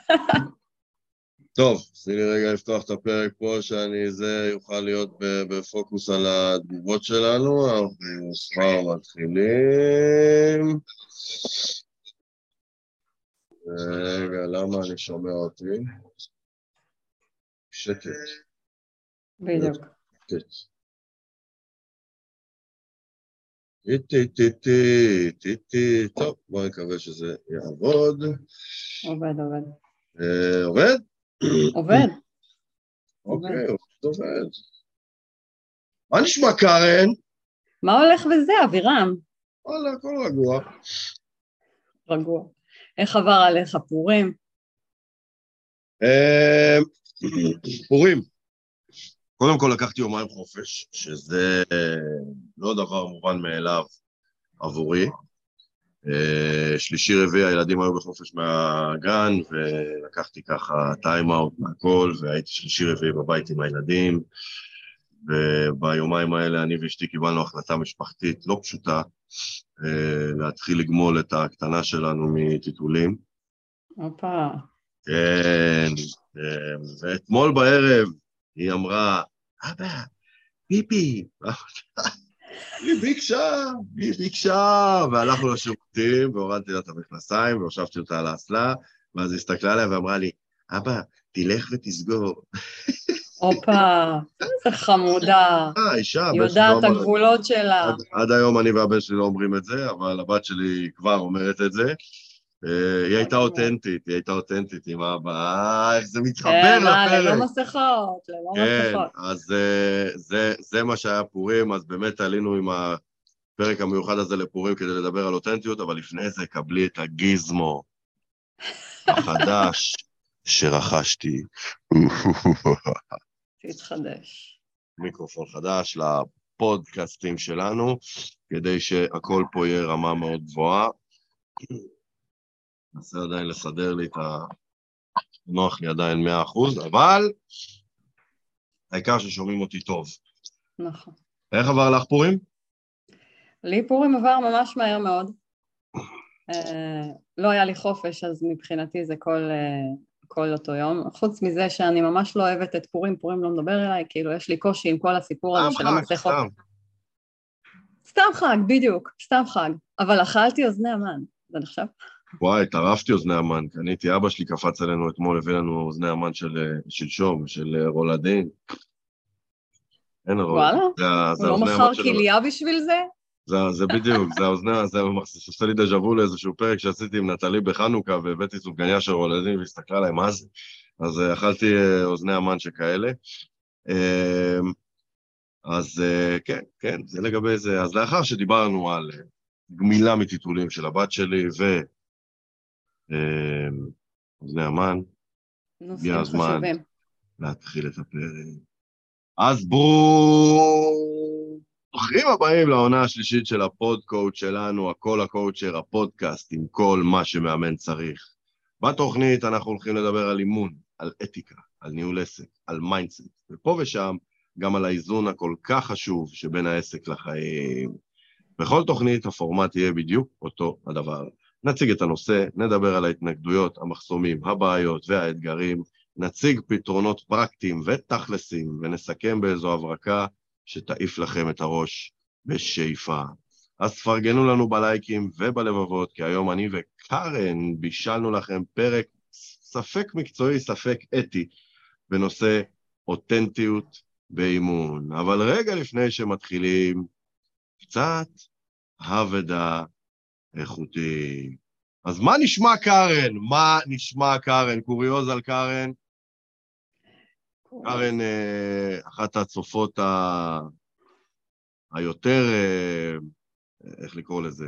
טוב, תני לי רגע לפתוח את הפרק פה, זה יוכל להיות בפוקוס על התגובות שלנו, אנחנו כבר מתחילים. רגע, למה אני שומע אותי? שקט. בדיוק. טוב, בוא נקווה שזה יעבוד. עובד. עובד? עובד. אוקיי, עובד. מה נשמע, קארן? מה הולך בזה, אבירם? וואלה, הכל רגוע. רגוע. איך עבר עליך פורים? פורים. קודם כל לקחתי יומיים חופש, שזה לא דבר מובן מאליו עבורי. שלישי רביעי הילדים היו בחופש מהגן, ולקחתי ככה טיים-אאוט מהכל, והייתי שלישי רביעי בבית עם הילדים, וביומיים האלה אני ואשתי קיבלנו החלטה משפחתית לא פשוטה, להתחיל לגמול את הקטנה שלנו מטיטולים. אופה. כן, ואתמול בערב היא אמרה, אבא, פיפי, היא ביקשה, והלכנו לשירותים, והורדתי לה את המכנסיים, והושבתי אותה על האסלה, ואז היא הסתכלה עליה ואמרה לי, אבא, תלך ותסגור. אופה, איזה חמודה. אישה, יודעת הגבולות שלה. עד היום אני והבן שלי לא אומרים את זה, אבל הבת שלי כבר אומרת את זה. היא הייתה אותנטית עם אבא, איך זה מתחבר לפרק. כן, ללא מסכות. כן, אז זה מה שהיה פורים, אז באמת עלינו עם הפרק המיוחד הזה לפורים כדי לדבר על אותנטיות, אבל לפני זה קבלי את הגיזמו החדש שרכשתי. תתחדש. מיקרופון חדש לפודקאסטים שלנו, כדי שהכל פה יהיה רמה מאוד גבוהה. ננסה עדיין לסדר לי את נוח לי עדיין 100%, אבל העיקר ששומעים אותי טוב. נכון. איך עבר לך פורים? לי פורים עבר ממש מהר מאוד. לא היה לי חופש, אז מבחינתי זה כל אותו יום. חוץ מזה שאני ממש לא אוהבת את פורים לא מדבר אליי, כאילו יש לי קושי עם כל הסיפור הזה של המסכות. סתם חג, בדיוק, סתם חג. אבל אכלתי אוזני המן, זה נחשב? וואי, טרפתי אוזני המן, קניתי, אבא שלי קפץ עלינו אתמול, הביא לנו אוזני המן של שום, של רולדין. וואלה? הוא לא מכר כליה בשביל זה? זה בדיוק, זה האוזני, זה עושה לי דז'אבו לאיזשהו פרק שעשיתי עם נטלי בחנוכה, והבאתי סופגניה של רולדין, והסתכלה עליי, מה זה? אז אכלתי אוזני המן שכאלה. אז כן, זה לגבי זה. אז לאחר שדיברנו על גמילה מטיטולים של הבת שלי, אוזני המן, הגיע הזמן להתחיל את הפרק. אז ברוכים הבאים לעונה השלישית של הפודקאוט שלנו, הכל הקואוצ'ר, הפודקאסט עם כל מה שמאמן צריך. בתוכנית אנחנו הולכים לדבר על אימון, על אתיקה, על ניהול עסק, על מיינדסט, ופה ושם גם על האיזון הכל כך חשוב שבין העסק לחיים. בכל תוכנית הפורמט יהיה בדיוק אותו הדבר. נציג את הנושא, נדבר על ההתנגדויות, המחסומים, הבעיות והאתגרים, נציג פתרונות פרקטיים ותכלסים, ונסכם באיזו הברקה שתעיף לכם את הראש בשאיפה. אז תפרגנו לנו בלייקים ובלבבות, כי היום אני וקארן בישלנו לכם פרק ספק מקצועי, ספק אתי, בנושא אותנטיות באימון. אבל רגע לפני שמתחילים, קצת הבדה איכותי. אז מה נשמע קארן? מה נשמע קארן? קוריוז על קארן? קארן, אחת הצופות היותר, איך לקרוא לזה,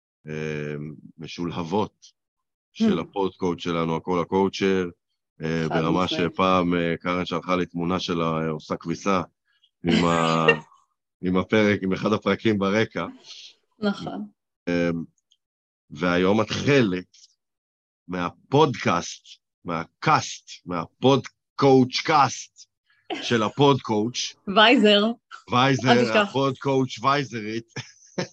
משולהבות של הפודקאסט שלנו, הכל הקואוצ'ר, ברמה שפעם קארן שלחה לי תמונה שלה, עושה כביסה עם הפרק, עם אחד הפרקים ברקע. נכון. והיום את חלק מהפודקאסט, מהפודקאסט של הפודקאסט. וייזר, הפודקאסט וייזרית.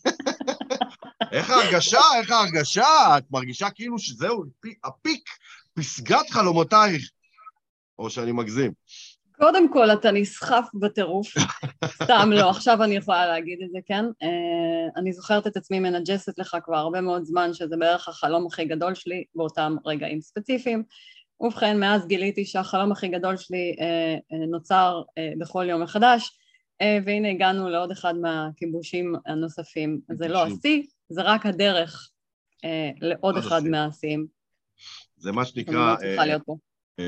איך ההרגשה? את מרגישה כאילו שזהו הפיק פסגת חלומותייך, או שאני מגזים. קודם כל, אתה נסחף בטירוף, סתם לא, עכשיו אני יכולה להגיד את זה, כן? אני זוכרת את עצמי מנג'סת לך כבר הרבה מאוד זמן, שזה בערך החלום הכי גדול שלי, באותם רגעים ספציפיים, ובכן, מאז גיליתי שהחלום הכי גדול שלי נוצר בכל יום מחדש, והנה הגענו לעוד אחד מהכיבושים הנוספים. זה לא השיא, זה רק הדרך לעוד אחד מהשיאים. זה מה שנקרא... צריכה להיות פה.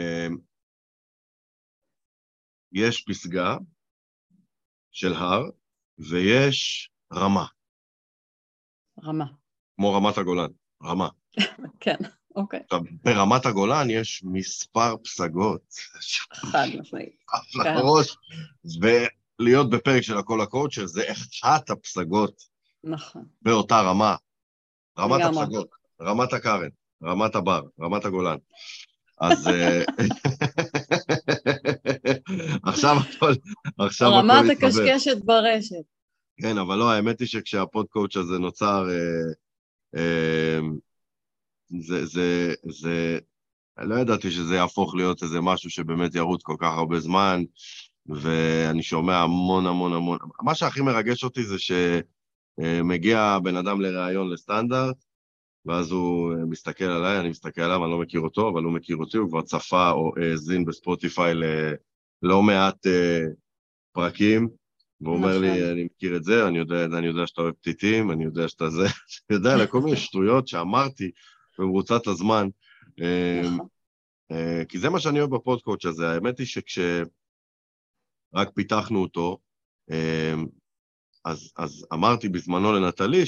יש פסגה של הר, ויש רמה. רמה. כמו רמת הגולן, רמה. כן, אוקיי. עכשיו, ברמת הגולן יש מספר פסגות. חד משמעית. על הראש, ולהיות בפרק של הכל הקואוצ'ר, זה אחת הפסגות. נכון. באותה רמה. רמת הפסגות, רמת הקרן, רמת הבר, רמת הגולן. אז עכשיו רמת הקשקשת ברשת. כן, אבל לא, האמת היא שכשהפודקאוץ' הזה נוצר, לא ידעתי שזה יהפוך להיות איזה משהו שבאמת ירוץ כל כך הרבה זמן, ואני שומע המון המון המון. מה שהכי מרגש אותי זה שמגיע בן אדם לראיון לסטנדרט, ואז הוא מסתכל עליי, אני מסתכל עליו, אני לא מכיר אותו, אבל הוא מכיר אותי, הוא כבר צפה או האזין בספוטיפיי ללא מעט פרקים, והוא אומר לי, אני מכיר את זה, אני יודע שאתה אוהב פתיתים, אני יודע שאתה זה, אני יודע לכל מיני שטויות שאמרתי במרוצת הזמן, כי זה מה שאני אוהב בפודקאסט הזה. האמת היא שכשרק פיתחנו אותו, אז אמרתי בזמנו לנטלי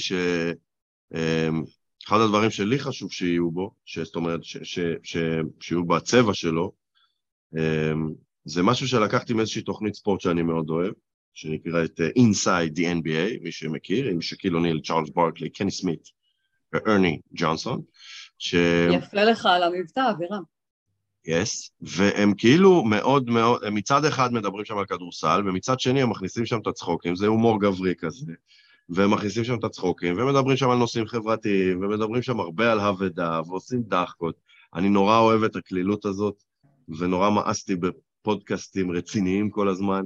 אחד הדברים שלי חשוב שיהיו בו, זאת אומרת, שיהיו בצבע שלו, זה משהו שלקחתי מאיזושהי תוכנית ספורט שאני מאוד אוהב, שנקראת Inside the NBA, מי שמכיר, עם שקיל אוניל, צ'ארלס ברקלי, קני סמית וארני ג'ונסון. יפה לך על המבטא, אבירם. Yes, והם כאילו מאוד מאוד, הם מצד אחד מדברים שם על כדורסל, ומצד שני הם מכניסים שם את הצחוקים, זה הומור גברי כזה. והם מכניסים שם את הצחוקים, ומדברים שם על נושאים חברתיים, ומדברים שם הרבה על הוודא, ועושים דחקות. אני נורא אוהב את הכלילות הזאת, ונורא מאסתי בפודקאסטים רציניים כל הזמן,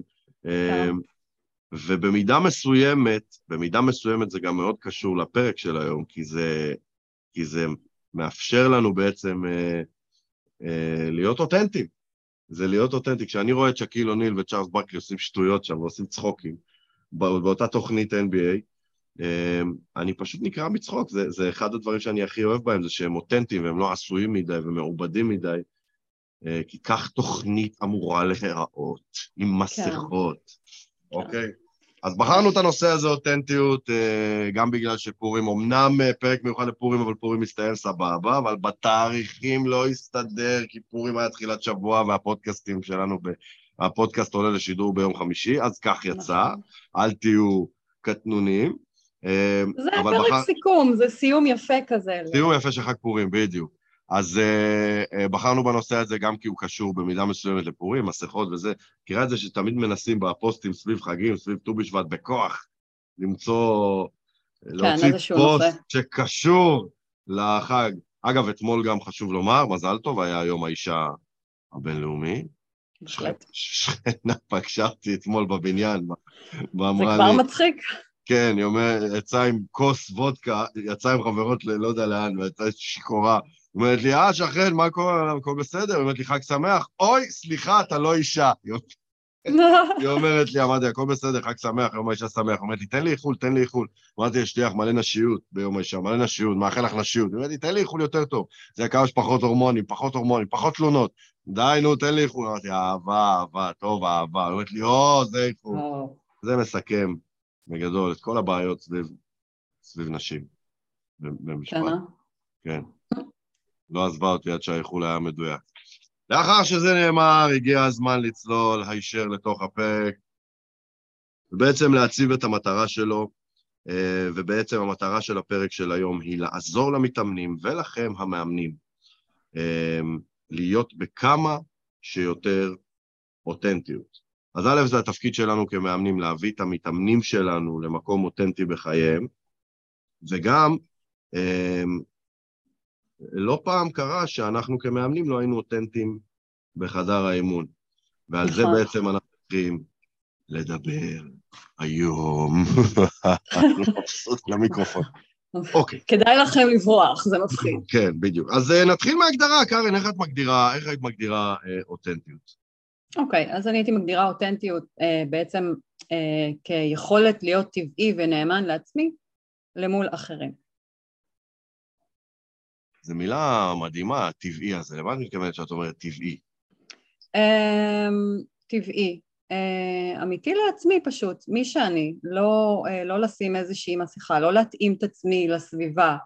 ובמידה מסוימת זה גם מאוד קשור לפרק של היום, כי זה מאפשר לנו בעצם להיות אותנטיים. זה להיות אותנטי. כשאני רואה את שקיל אוניל וצ'ארלס ברקלי עושים שטויות שם, ועושים צחוקים, באותה תוכנית NBA, אני פשוט נקרא מצחוק, זה אחד הדברים שאני הכי אוהב בהם, זה שהם אותנטיים והם לא עשויים מדי ומעובדים מדי, כי כך תוכנית אמורה להיראות, עם מסכות, אוקיי? אז בחרנו את הנושא הזה אותנטיות, גם בגלל שפורים, אמנם פרק מיוחד לפורים, אבל פורים מסתיים סבבה, אבל בתאריכים לא יסתדר, כי פורים היה תחילת שבוע, והפודקאסטים שלנו, הפודקאסט עולה לשידור ביום חמישי, אז כך יצא, אל תהיו קטנונים. זה פרק סיכום, זה סיום יפה כזה. סיום יפה של חג פורים, בדיוק. אז בחרנו בנושא הזה גם כי הוא קשור במידה מסוימת לפורים, מסכות וזה. קרא את זה שתמיד מנסים בפוסטים סביב חגים, סביב ט"ו בשבט, בכוח, להוציא פוסט שקשור לחג. אגב, אתמול גם חשוב לומר, מזל טוב, היה יום האישה הבינלאומי. שכנה פגשה אותי אתמול בבניין, זה כבר מצחיק. כן, היא אומרת, יצאה עם כוס וודקה, יצאה עם חברות לא יודע לאן, ויצאה שיקורה. היא אומרת לי, שכן, מה קורה? הכל בסדר? היא אומרת לי, חג שמח. אוי, סליחה, אתה לא אישה. היא אומרת לי, אמרתי, הכל בסדר, חג שמח, יום האישה שמח. היא אומרת לי, תן לי איחול, תן לי איחול. אמרתי, יש לי מלא נשיות ביום האישה, מלא נשיות, מאחל לך נשיות. היא אומרת לי, תן לי איחול יותר טוב. זה יקר שפחות הורמונים, פחות תלונות. די, נו, תן לי איחול. אמרתי, אהבה, טוב, אהבה. היא אומרת לי, זה איחול. זה מסכם בגדול את כל הבעיות סביב נשים במשפט. כן. לא עזבה אותי עד שהאיחול היה מדויק. לאחר שזה נאמר, הגיע הזמן לצלול הישר לתוך הפרק, ובעצם להציב את המטרה שלו, ובעצם המטרה של הפרק של היום היא לעזור למתאמנים ולכם המאמנים, להיות בכמה שיותר אותנטיות. אז א', זה התפקיד שלנו כמאמנים, להביא את המתאמנים שלנו למקום אותנטי בחייהם, וגם לא פעם קרה שאנחנו כמאמנים לא היינו אותנטיים בחדר האימון, ועל זה בעצם אנחנו צריכים לדבר היום. אני מבסוט למיקרופון. אוקיי. כדאי לכם לברוח, זה מפחיד. כן, בדיוק. אז נתחיל מהגדרה, קארן, איך היית מגדירה אותנטיות? אוקיי, אז אני הייתי מגדירה אותנטיות בעצם כיכולת להיות טבעי ונאמן לעצמי למול אחרים. זו מילה מדהימה, טבעי הזה. למה את מתכוונת שאת אומרת טבעי? טבעי. אמיתי לעצמי פשוט, מי שאני, לא לשים איזושהי מסכה, לא להתאים את עצמי לסביבה,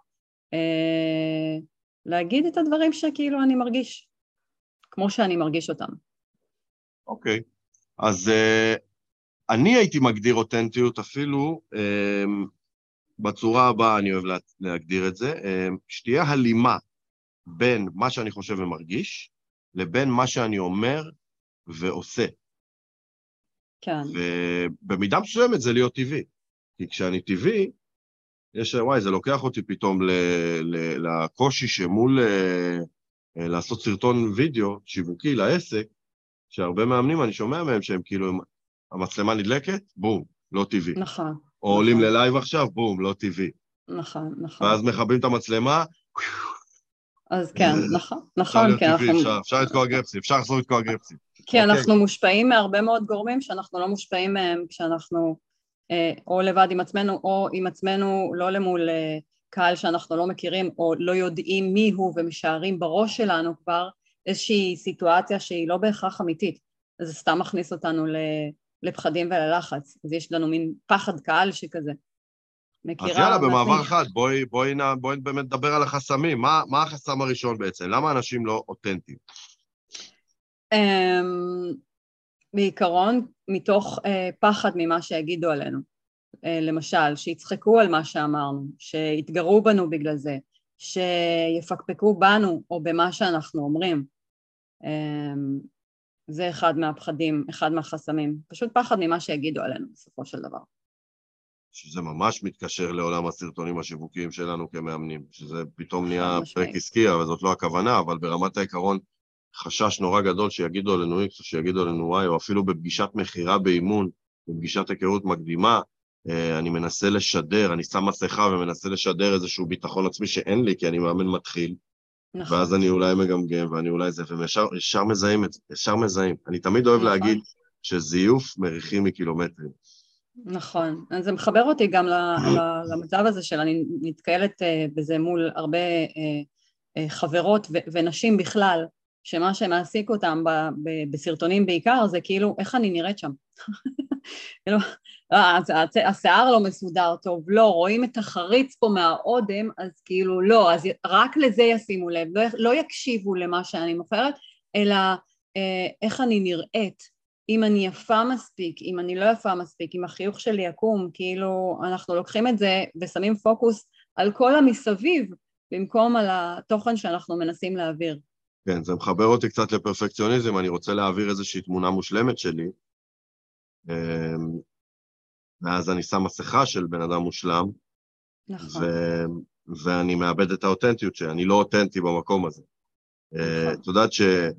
להגיד את הדברים שכאילו אני מרגיש, כמו שאני מרגיש אותם. אוקיי, אז אני הייתי מגדיר אותנטיות אפילו, בצורה הבאה אני אוהב להגדיר את זה, שתהיה הלימה בין מה שאני חושב ומרגיש, לבין מה שאני אומר ועושה. כן. ובמידה מסוימת זה להיות טבעי. כי כשאני טבעי, זה לוקח אותי פתאום לקושי שמול לעשות סרטון וידאו שיווקי לעסק, שהרבה מאמנים אני שומע מהם שהם כאילו, המצלמה נדלקת, בום, לא טבעי. נכון. או עולים ללייב עכשיו, בום, לא טבעי. נכון. ואז מכבים את המצלמה, אז כן, נכון, כן. אפשר לתקוע גרפסים, אפשר לחזור לתקוע גרפסים. כי אנחנו מושפעים מהרבה מאוד גורמים שאנחנו לא מושפעים מהם כשאנחנו או לבד עם עצמנו, או עם עצמנו לא למול קהל שאנחנו לא מכירים, או לא יודעים מי הוא ומשערים בראש שלנו כבר איזושהי סיטואציה שהיא לא בהכרח אמיתית. אז זה סתם מכניס אותנו לפחדים וללחץ. אז יש לנו מין פחד קהל שכזה. אז יאללה, במעבר אחד, בואי באמת נדבר על החסמים. מה החסם הראשון בעצם? למה אנשים לא אותנטיים? בעיקרון, מתוך פחד ממה שיגידו עלינו. למשל, שיצחקו על מה שאמרנו, שיתגרו בנו בגלל זה, שיפקפקו בנו או במה שאנחנו אומרים. זה אחד מהפחדים, אחד מהחסמים. פשוט פחד ממה שיגידו עלינו בסופו של דבר. שזה ממש מתקשר לעולם הסרטונים השיווקיים שלנו כמאמנים, שזה פתאום נהיה פרק עסקי, אבל זאת לא הכוונה, אבל ברמת העיקרון חשש נורא גדול שיגידו עלינו X או שיגידו עלינו Y, או אפילו בפגישת מחירה באימון, בפגישת היכרות מקדימה, אני מנסה לשדר, אני שם מסכה ומנסה לשדר איזשהו ביטחון עצמי שאין לי, כי אני מאמן מתחיל, נכון. ואז אני אולי מגמגם, ואני אולי זה, וישר מזהים את זה, ישר מזהים. אני תמיד אוהב נכון. להגיד שזיוף מריחים מקילומטרים. נכון, אז זה מחבר אותי גם למצב הזה של אני נתקלת בזה מול הרבה חברות ונשים בכלל, שמה שמעסיק אותם בסרטונים בעיקר זה כאילו איך אני נראית שם. השיער לא מסודר טוב, לא, רואים את החריץ פה מהאודם, אז כאילו לא, אז רק לזה ישימו לב, לא יקשיבו למה שאני מוכרת, אלא איך אני נראית. אם אני יפה מספיק, אם אני לא יפה מספיק, אם החיוך שלי יקום, כאילו אנחנו לוקחים את זה ושמים פוקוס על כל המסביב, במקום על התוכן שאנחנו מנסים להעביר. כן, זה מחבר אותי קצת לפרפקציוניזם, אני רוצה להעביר איזושהי תמונה מושלמת שלי, ואז אני שם מסכה של בן אדם מושלם, נכון. ואני מאבד את האותנטיות שלי, אני לא אותנטי במקום הזה. נכון. את יודעת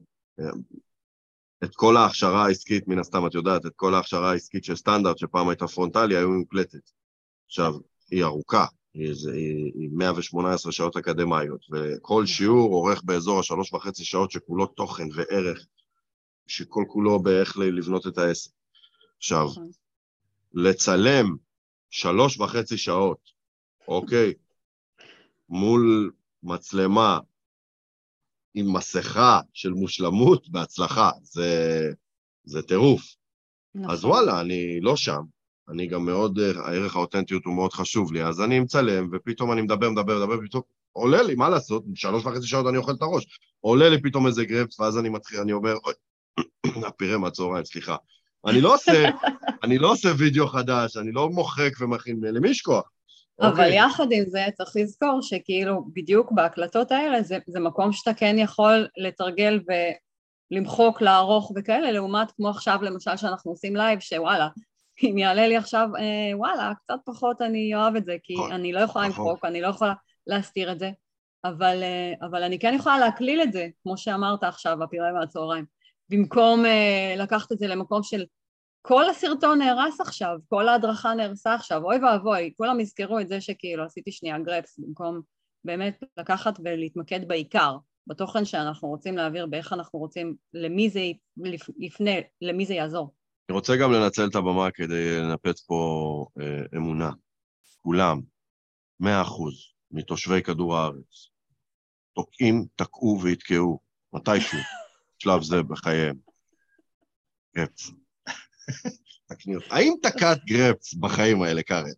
את כל ההכשרה העסקית, מן הסתם את יודעת, את כל ההכשרה העסקית של סטנדרט, שפעם הייתה פרונטלי, היו מוקלטת. עכשיו, היא ארוכה, היא 118 שעות אקדמיות, וכל שיעור עורך באזור ה3.5 שעות שכולו תוכן וערך, שכל כולו באיך לבנות את העסק. עכשיו, לצלם 3.5 שעות, אוקיי, מול מצלמה, עם מסכה של מושלמות בהצלחה, זה טירוף. נכון. אז וואלה, אני לא שם, אני גם מאוד, הערך האותנטיות הוא מאוד חשוב לי, אז אני מצלם, ופתאום אני מדבר, ופתאום עולה לי, מה לעשות? 3.5 שעות אני אוכל את הראש. עולה לי פתאום איזה גרפס, ואז אני מתחיל, אני אומר, הפירה מהצהריים, סליחה. אני לא עושה וידאו חדש, אני לא מוחק ומכין, למי יש כוח? אבל יחד עם זה צריך לזכור שכאילו בדיוק בהקלטות האלה זה מקום שאתה כן יכול לתרגל ולמחוק, לערוך וכאלה, לעומת כמו עכשיו למשל שאנחנו עושים לייב, שוואלה, אם יעלה לי עכשיו, וואלה, קצת פחות אני אוהב את זה, כי אני לא יכולה למחוק, אני לא יכולה להסתיר את זה, אבל אני כן יכולה להקליל את זה, כמו שאמרת עכשיו, הפירה מהצהריים, במקום לקחת את זה למקום של כל הסרטון נהרס עכשיו, כל ההדרכה נהרסה עכשיו, אוי ואבוי, כולם יזכרו את זה שכאילו עשיתי שנייה גרפס, במקום באמת לקחת ולהתמקד בעיקר, בתוכן שאנחנו רוצים להעביר, באיך אנחנו רוצים, למי זה יפנה, למי זה יעזור. אני רוצה גם לנצל את הבמה כדי לנפץ פה אמונה. כולם, 100% מתושבי כדור הארץ, תוקעים, תקעו והתקעו, מתישהו, שלב זה בחייהם. גרפס. האם תקעת גרפס בחיים האלה, קארן?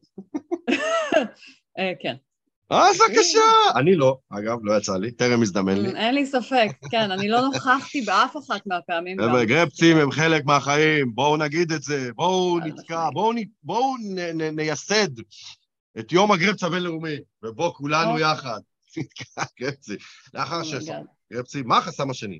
כן. זה קשה. אני לא, אגב, לא יצא לי, טרם הזדמן לי. אין לי ספק, כן, אני לא נוכחתי באף אחת מהפעמים. גרפסים הם חלק מהחיים, בואו נגיד את זה, בואו נתקע, בואו נייסד את יום הגרפס הבינלאומי, ובואו כולנו יחד. נתקע גרפסי. לאחר גרפסי, מה החסם השני?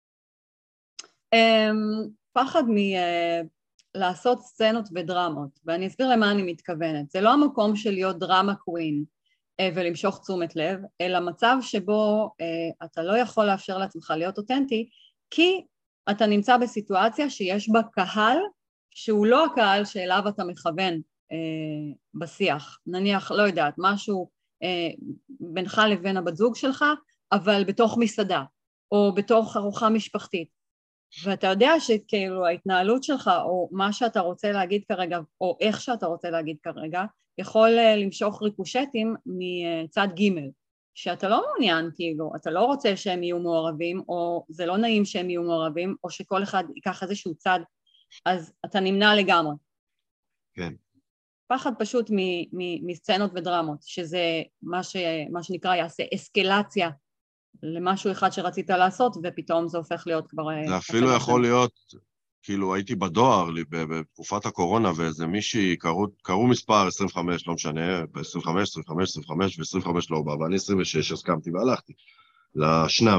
פחד לעשות סצנות ודרמות, ואני אסביר למה אני מתכוונת. זה לא המקום של להיות דרמה קווין ולמשוך תשומת לב, אלא מצב שבו אתה לא יכול לאפשר לעצמך להיות אותנטי, כי אתה נמצא בסיטואציה שיש בה קהל שהוא לא הקהל שאליו אתה מכוון בשיח. נניח, לא יודעת, משהו בינך לבין הבת זוג שלך, אבל בתוך מסעדה, או בתוך ארוחה משפחתית. ואתה יודע שכאילו ההתנהלות שלך, או מה שאתה רוצה להגיד כרגע, או איך שאתה רוצה להגיד כרגע, יכול למשוך ריקושטים מצד ג' שאתה לא מעוניין, כאילו, אתה לא רוצה שהם יהיו מעורבים, או זה לא נעים שהם יהיו מעורבים, או שכל אחד ייקח איזשהו צד, אז אתה נמנע לגמרי. כן. פחד פשוט מסצנות ודרמות, שזה מה שנקרא יעשה אסקלציה, למשהו אחד שרצית לעשות, ופתאום זה הופך להיות כבר... זה אפילו יכול להיות, כאילו הייתי בדואר בתקופת הקורונה, ואיזה מישהי, קראו מספר 25, לא משנה, ב-25, 25, 25, ו-25 לא בא, ואני 26, אז קמתי והלכתי לשנב,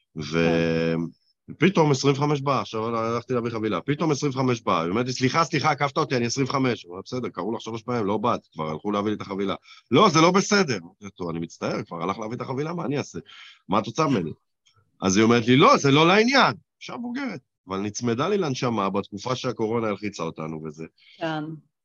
ופתאום 25 בא, עכשיו הלכתי להביא חבילה, פתאום 25 בא, היא אומרת לי, סליחה, עקפת אותי, אני 25, הוא אומר, בסדר, קראו לך 3 פעמים, לא באת, כבר הלכו להביא לי את החבילה, לא, זה לא בסדר, אני מצטער, כבר הלך להביא את החבילה, מה אני אעשה? מה את רוצה ממני? אז היא אומרת לי, לא, זה לא לעניין, עכשיו בוגרת, אבל נצמדה לי לנשמה בתקופה שהקורונה הלחיצה אותנו וזה. כן.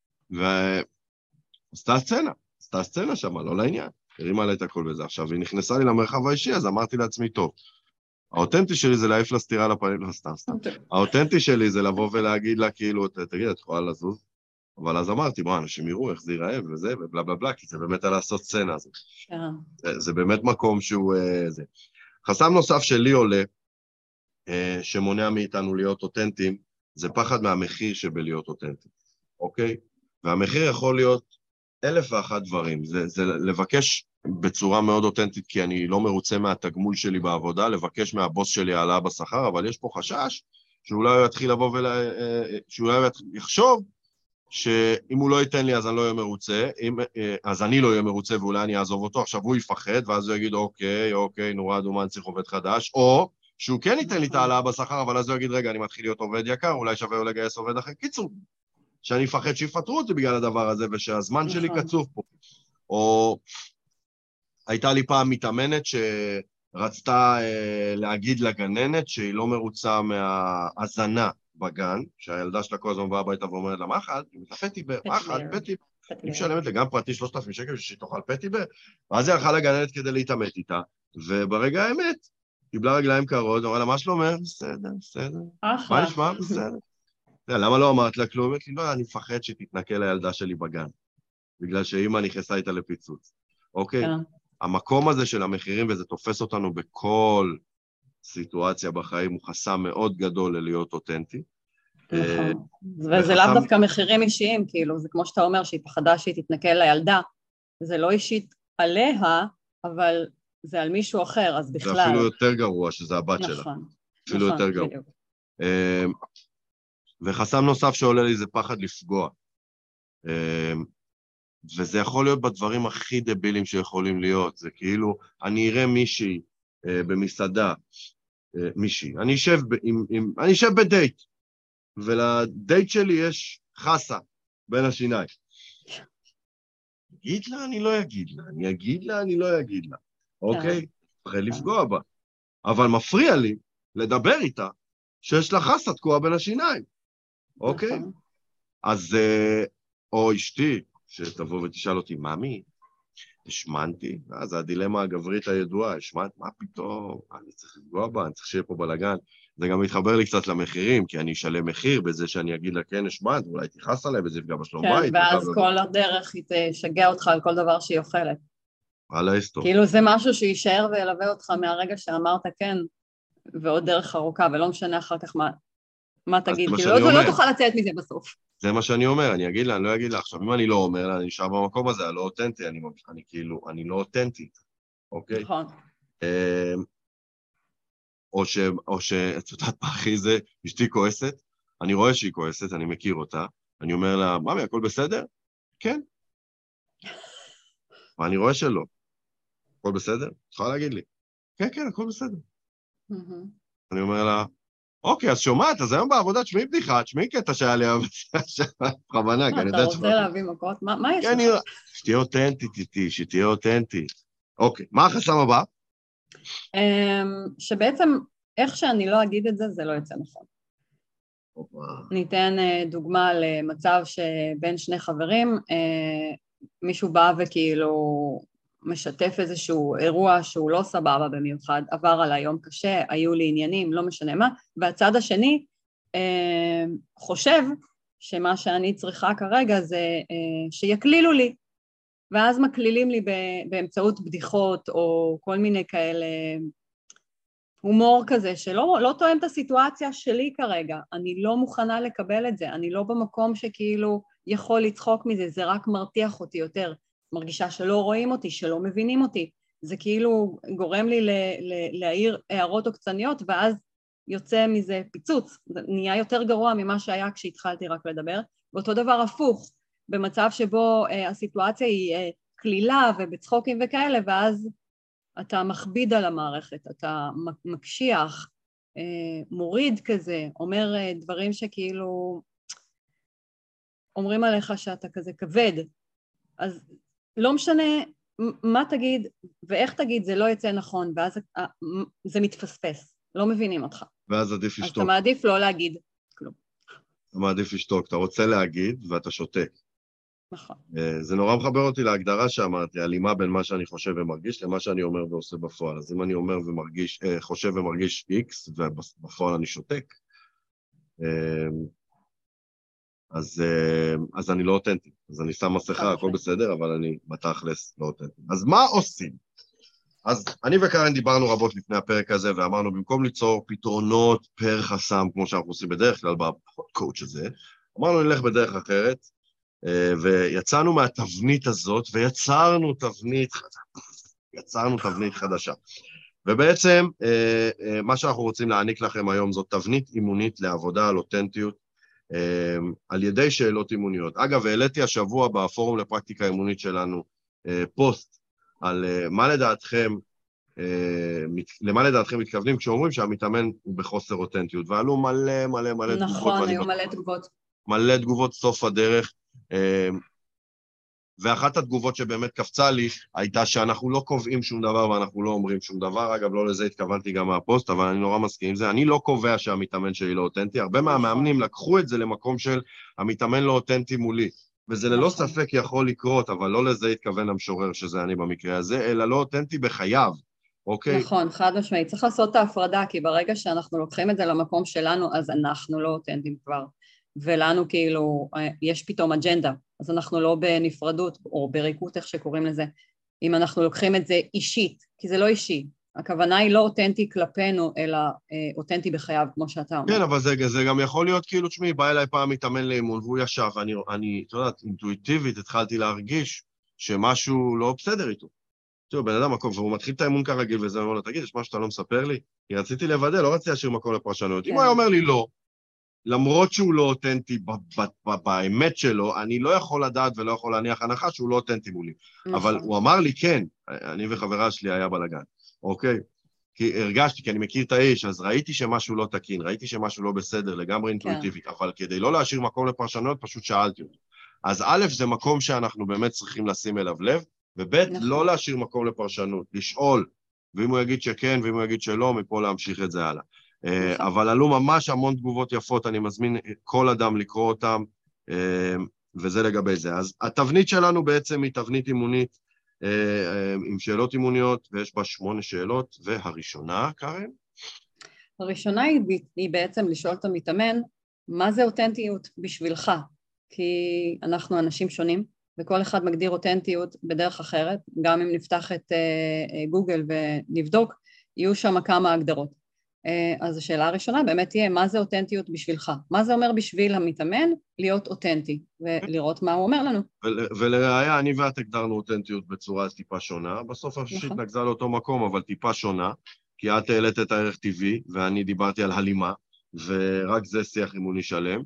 ועשתה סצנה שם, לא לעניין, הרימה לה את הכל וזה. עכשיו, היא נכנסה לי למרחב האישי, אז אמרתי לעצמי, טוב, האותנטי שלי זה להעיף לה סתירה לפנים, לא, סתם. האותנטי שלי זה לבוא ולהגיד לה, כאילו, תגיד, את יכולה לזוז? אבל אז אמרתי, בוא, אנשים יראו איך זה ייראה וזה, ובלה בלה בלה, כי זה באמת על לעשות סצנה הזאת. זה באמת מקום שהוא זה. חסם נוסף שלי עולה, שמונע מאיתנו להיות אותנטיים, זה פחד מהמחיר שבלהיות אותנטי, אוקיי? והמחיר יכול להיות 1,001 דברים, זה לבקש בצורה מאוד אותנטית, כי אני לא מרוצה מהתגמול שלי בעבודה, לבקש מהבוס שלי העלאה בשכר, אבל יש פה חשש שאולי הוא יתחיל לבוא שאולי הוא יחשוב שאם הוא לא ייתן לי אז אני לא אהיה מרוצה, אז אני לא אהיה מרוצה ואולי אני אעזוב אותו, עכשיו הוא יפחד ואז הוא יגיד אוקיי, נורא אדומה, אני צריך עובד חדש, או שהוא כן ייתן לי את העלאה בשכר, אבל אז הוא יגיד, רגע, אני מתחיל להיות עובד יקר, אולי שווה או לגייס עובד אחר. קיצור, שאני מפחד שיפטרו אותי בגלל הדבר הזה, ושהזמן שלי קצוב פה. או הייתה לי פעם מתאמנת שרצתה להגיד לגננת שהיא לא מרוצה מההזנה בגן, שהילדה שלה כל הזמן באה הביתה ואומרת לה, מה אחת? היא מתפתיבר, מה אחת? פתיבר. היא משלמת לגן פרטי 3,000 שקל שהיא תאכל פתיבר. ואז היא הלכה לגננת כדי להתאמת איתה, וברגע האמת, קיבלה רגליים קרות, אמרה לה, מה שלומך? בסדר. מה נשמע? בסדר. למה לא אמרת לה כלום? אמרתי, לא, אני מפחד שתתנקה לילדה שלי בגן, בגלל שאמא נכנסה איתה לפיצוץ. אוקיי? המקום הזה של המחירים, וזה תופס אותנו בכל סיטואציה בחיים, הוא חסם מאוד גדול ללהיות אותנטי. נכון. וזה לאו דווקא מחירים אישיים, כאילו, זה כמו שאתה אומר, שהיא פחדה שהיא תתנקה לילדה, זה לא אישית עליה, אבל זה על מישהו אחר, אז בכלל... זה אפילו יותר גרוע, שזה הבת שלה. נכון. אפילו יותר גרוע. וחסם נוסף שעולה לי זה פחד לפגוע. וזה יכול להיות בדברים הכי דבילים שיכולים להיות. זה כאילו, אני אראה מישהי במסעדה, אני אשב בדייט, ולדייט שלי יש חסה בין השיניים. אגיד לה, אני לא אגיד לה, אני אגיד לה, אני לא אגיד לה. אוקיי? לפגוע בה. אבל מפריע לי לדבר איתה, שיש לה חסה תקועה בין השיניים. אוקיי? אז, או אשתי, שתבוא ותשאל אותי, ממי, השמנתי? אז הדילמה הגברית הידועה, השמנת, מה פתאום? אני צריך לפגוע בה, אני צריך שיהיה פה בלגן. זה גם מתחבר לי קצת למחירים, כי אני אשלם מחיר בזה שאני אגיד לה, כן, השמנת, ואולי תיחס עליי, וזה יפגע בשלום בית. כן, ואז כל הדרך היא תשגע אותך על כל דבר שהיא אוכלת. על ההיסטור. כאילו זה משהו שישאר וילווה אותך מהרגע שאמרת כן, ועוד דרך ארוכה, ולא משנה אחר כך מה תגיד, כאילו לא תוכל לצאת מזה בסוף. זה מה שאני אומר, אני אגיד לה, אני לא אגיד לה. עכשיו, אם אני לא אומר לה, אני נשאר במקום הזה, אני לא אותנטי, אני כאילו, אני לא אותנטי, אוקיי? נכון. או את יודעת מה הכי זה, אשתי כועסת, אני רואה שהיא כועסת, אני מכיר אותה, אני אומר לה, ממי, הכל בסדר? כן. ואני רואה שלא. הכל בסדר? צריכה להגיד לי. כן, כן, הכל בסדר. אני אומר לה, אוקיי, אז שומעת, אז היום בעבודה תשמעי בדיחה, תשמעי קטע שהיה לי בכוונה, כי אני יודעת אתה רוצה להביא מכות? מה יש לך? שתהיה אותנטית איתי, שתהיה אותנטית. אוקיי, מה החסם הבא? שבעצם, איך שאני לא אגיד את זה, זה לא יצא נכון. ניתן דוגמה למצב שבין שני חברים, מישהו בא וכאילו משתף איזשהו אירוע שהוא לא סבבה במיוחד, עבר עליי יום קשה, היו לי עניינים, לא משנה מה, והצד השני חושב שמה שאני צריכה כרגע זה שיקלילו לי, ואז מקלילים לי באמצעות בדיחות או כל מיני כאלה הומור כזה שלא תואם את הסיטואציה שלי כרגע, אני לא מוכנה לקבל את זה, אני לא במקום שכאילו יכול לצחוק מזה, זה רק מרתיח אותי יותר, מרגישה שלא רואים אותי, שלא מבינים אותי, זה כאילו גורם לי להעיר הערות עוקצניות, ואז יוצא מזה פיצוץ, זה נהיה יותר גרוע ממה שהיה כשהתחלתי רק לדבר, ואותו דבר הפוך, במצב שבו הסיטואציה היא כלילה ובצחוקים וכאלה, ואז אתה מכביד על המערכת, אתה מקשיח, מוריד כזה, אומר דברים שכאילו אומרים עליך שאתה כזה כבד, אז לא משנה מה תגיד ואיך תגיד, זה לא יצא נכון, ואז זה מתפספס, לא מבינים אותך. ואז עדיף לשתוק. אז אתה מעדיף לא להגיד כלום. אתה מעדיף לשתוק, אתה רוצה להגיד ואתה שותק. נכון. זה נורא מחבר אותי להגדרה שאמרתי, הלימה בין מה שאני חושב ומרגיש למה שאני אומר ועושה בפועל. אז אם אני אומר ומרגיש, חושב ומרגיש X, ובפועל אני שותק, אז אני לא אותנטי. אז אני שם מסכה, הכל בסדר, אבל אני בתכלס לא אותנטי. אז מה עושים? אז אני וקרן דיברנו רבות לפני הפרק הזה, ואמרנו, במקום ליצור פתרונות פר חסם, כמו שאנחנו עושים בדרך כלל בקואוצ' הזה, אמרנו, נלך בדרך אחרת, ויצאנו מהתבנית הזאת, ויצרנו תבנית חדשה. ובעצם, מה שאנחנו רוצים להעניק לכם היום, זאת תבנית אימונית לעבודה על אותנטיות, על ידי שאלות אימוניות. אגב, העליתי השבוע בפורום לפרקטיקה אימונית שלנו, פוסט, על למה לדעתכם מתכוונים, כשאומרים שהמתאמן הוא בחוסר אותנטיות, ועלו מלא תגובות. נכון, היו מלא תגובות. מלא תגובות סוף הדרך, ואחת התגובות שבאמת קפצה לי, הייתה שאנחנו לא קובעים שום דבר ואנחנו לא אומרים שום דבר, אגב, לא לזה התכוונתי גם מהפוסט, אבל אני נורא מסכים עם זה, אני לא קובע שהמתאמן שלי לא אותנטי, הרבה מהמאמנים לקחו את זה למקום של המתאמן לא אותנטי מולי, וזה ללא ספק יכול לקרות, אבל לא לזה התכוון המשורר שזה אני במקרה הזה, אלא לא אותנטי בחייו, אוקיי? נכון, חד משמעית, צריך לעשות את ההפרדה, כי ברגע שאנחנו לוקחים את זה למקום שלנו, אז אנחנו לא אותנטיים כבר, ולנו כאילו יש פתאום אג'נדה, אז אנחנו לא בנפרדות או בריקות, איך שקוראים לזה, אם אנחנו לוקחים את זה אישית, כי זה לא אישי, הכוונה היא לא אותנטי כלפינו, אלא אותנטי בחייו, כמו שאתה אומר. כן, אבל זה גם יכול להיות כאילו, תשמעי, בא אליי פעם מתאמן לאימון, והוא ישב, ואני, אתה יודעת, אינטואיטיבית התחלתי להרגיש שמשהו לא בסדר איתו. תראו, בן אדם מקום, והוא מתחיל את האימון כרגיל, וזה אומר לו, תגיד, יש משהו שאתה לא מספר לי? כי רציתי לוודא, לא רציתי להשאיר מקום לפרשנויות. כן. אם הוא היה אומר לי לא, למרות שהוא לא אותנטי באמת שלו, אני לא יכול לדעת ולא יכול להניח הנחה שהוא לא אותנטי מולי. אבל הוא אמר לי, כן, אני וחברה שלי היה בלגן, אוקיי? כי הרגשתי, כי אני מכיר את האיש, אז ראיתי שמשהו לא תקין, ראיתי שמשהו לא בסדר, לגמרי אינטואיטיבית, אבל כדי לא להשאיר מקום לפרשנויות, פשוט שאלתי אותו. אז א', זה מקום שאנחנו באמת צריכים לשים אליו לב, וב', לא להשאיר מקום לפרשנות, לשאול, ואם הוא יגיד שכן, ואם הוא יגיד שלא, מפה להמשיך את זה הלאה. אבל עלו ממש המון תגובות יפות, אני מזמין כל אדם לקרוא אותם, וזה לגבי זה. אז התבנית שלנו בעצם היא תבנית אימונית, עם שאלות אימוניות, ויש בה 8 שאלות, והראשונה, קרן? הראשונה היא בעצם לשאול את המתאמן, מה זה אותנטיות בשבילך? כי אנחנו אנשים שונים, וכל אחד מגדיר אותנטיות בדרך אחרת, גם אם נפתח את גוגל ונבדוק, יהיו שם כמה הגדרות. אז השאלה הראשונה באמת תהיה, מה זה אותנטיות בשבילך? מה זה אומר בשביל המתאמן להיות אותנטי, ולראות מה הוא אומר לנו. ולראיה, אני ואת הגדרנו אותנטיות בצורה טיפה שונה, בסוף השלישית נגזה לאותו מקום, אבל טיפה שונה, כי את העלית את הערך טבעי, ואני דיברתי על הלימה, ורק זה שיח אימוני שלם,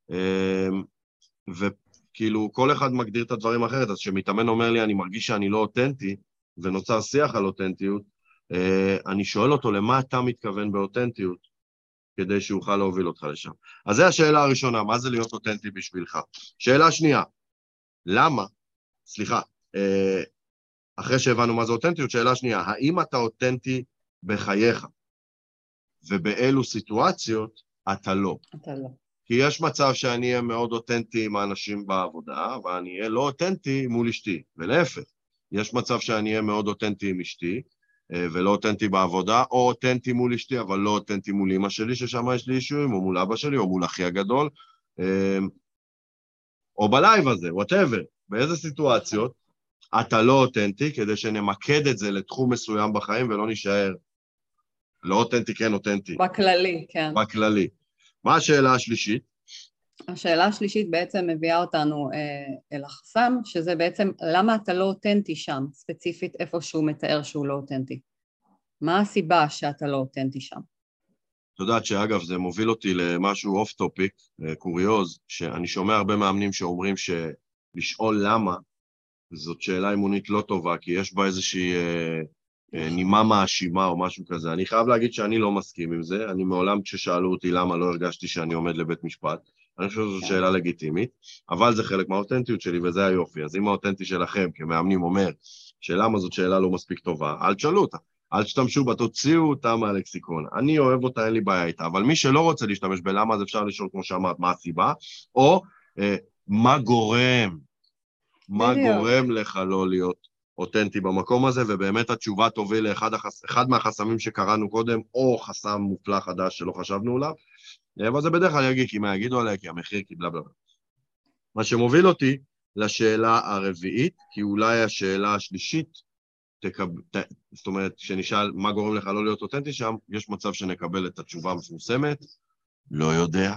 וכאילו כל אחד מגדיר את הדברים אחרת, אז כשמתאמן אומר לי, אני מרגיש שאני לא אותנטי, ונוצר שיח על אותנטיות, אני שואל אותו, למה אתה מתכוון באותנטיות, כדי שאוכל להוביל אותך לשם. אז זו השאלה הראשונה, מה זה להיות אותנטי בשבילך? שאלה שנייה, למה, סליחה, אחרי שהבנו מה זה אותנטיות, שאלה שנייה, האם אתה אותנטי בחייך, ובאילו סיטואציות אתה לא? אתה לא. כי יש מצב שאני אהיה מאוד אותנטי עם האנשים בעבודה, ואני אהיה לא אותנטי מול אשתי, ולהפך. יש מצב שאני אהיה מאוד אותנטי עם אשתי, ולא אותנטי בעבודה, או אותנטי מול אשתי, אבל לא אותנטי מול אמא שלי, ששם יש לי אישויים, או מול אבא שלי, או מול אחי הגדול, או בלייב הזה, whatever. באיזה סיטואציות אתה לא אותנטי, כדי שנמקד את זה לתחום מסוים בחיים, ולא נשאר לא אותנטי, כן אותנטי. בכללי, כן. בכללי. מה השאלה השלישית? השאלה השלישית בעצם מביאה אותנו אל החסם, שזה בעצם למה אתה לא אותנטי שם, ספציפית איפה שהוא מתאר שהוא לא אותנטי. מה הסיבה שאתה לא אותנטי שם? את יודעת שאגב זה מוביל אותי למשהו אוף טופיק, קוריוז, שאני שומע הרבה מאמנים שאומרים שלשאול למה, זאת שאלה אימונית לא טובה, כי יש בה איזושהי נימה מאשימה או משהו כזה. אני חייב להגיד שאני לא מסכים עם זה, אני מעולם כששאלו אותי למה לא הרגשתי שאני עומד לבית משפט, אני חושב שזו שאלה לגיטימית, אבל זה חלק מהאותנטיות שלי וזה היופי. אז אם האותנטי שלכם כמאמנים אומר שלמה זאת שאלה לא מספיק טובה, אל תשאלו אותה, אל תשתמשו בה, תוציאו אותה מהלקסיקון. אני אוהב אותה, אין לי בעיה איתה, אבל מי שלא רוצה להשתמש בלמה, אז אפשר לשאול כמו שאמרת, מה הסיבה, או מה גורם, מה גורם לך לא להיות אותנטי במקום הזה, ובאמת התשובה תוביל לאחד מהחסמים שקראנו קודם, או חסם מופלא חדש שלא חשבנו עליו, אבל זה בדרך כלל יגיד, כי מה יגידו עליה, כי המחיר, כי בלה בלה. מה שמוביל אותי לשאלה הרביעית, כי אולי השאלה השלישית, זאת אומרת, כשנשאל מה גורם לך לא להיות אותנטי שם, יש מצב שנקבל את התשובה המפורסמת, לא יודע.